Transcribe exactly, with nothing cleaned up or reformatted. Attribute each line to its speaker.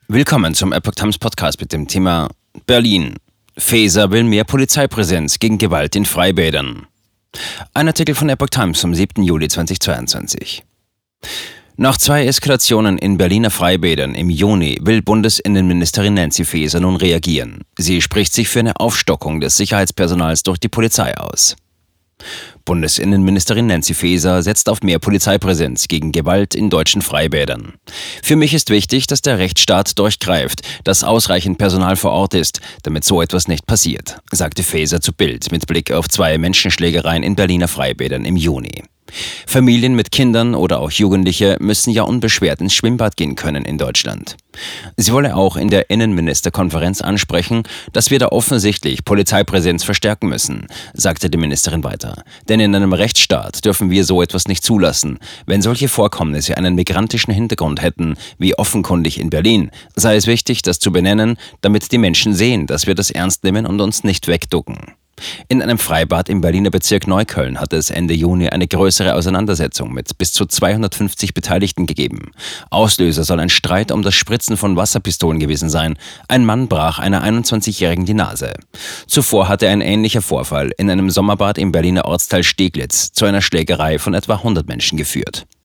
Speaker 1: Willkommen zum Epoch Times Podcast mit dem Thema Berlin. Faeser will mehr Polizeipräsenz gegen Gewalt in Freibädern. Ein Artikel von Epoch Times vom siebten Juli zweitausendzweiundzwanzig. Nach zwei Eskalationen in Berliner Freibädern im Juni will Bundesinnenministerin Nancy Faeser nun reagieren. Sie spricht sich für eine Aufstockung des Sicherheitspersonals durch die Polizei aus. Bundesinnenministerin Nancy Faeser setzt auf mehr Polizeipräsenz gegen Gewalt in deutschen Freibädern. Für mich ist wichtig, dass der Rechtsstaat durchgreift, dass ausreichend Personal vor Ort ist, damit so etwas nicht passiert, sagte Faeser zu Bild mit Blick auf zwei Menschenschlägereien in Berliner Freibädern im Juni. Familien mit Kindern oder auch Jugendliche müssen ja unbeschwert ins Schwimmbad gehen können in Deutschland. Sie wolle auch in der Innenministerkonferenz ansprechen, dass wir da offensichtlich Polizeipräsenz verstärken müssen, sagte die Ministerin weiter. Denn in einem Rechtsstaat dürfen wir so etwas nicht zulassen. Wenn solche Vorkommnisse einen migrantischen Hintergrund hätten, wie offenkundig in Berlin, sei es wichtig, das zu benennen, damit die Menschen sehen, dass wir das ernst nehmen und uns nicht wegducken. In einem Freibad im Berliner Bezirk Neukölln hat es Ende Juni eine größere Auseinandersetzung mit bis zu zweihundertfünfzig Beteiligten gegeben. Auslöser soll ein Streit um das Spritzen von Wasserpistolen gewesen sein. Ein Mann brach einer einundzwanzigjährigen die Nase. Zuvor hatte ein ähnlicher Vorfall in einem Sommerbad im Berliner Ortsteil Steglitz zu einer Schlägerei von etwa hundert Menschen geführt.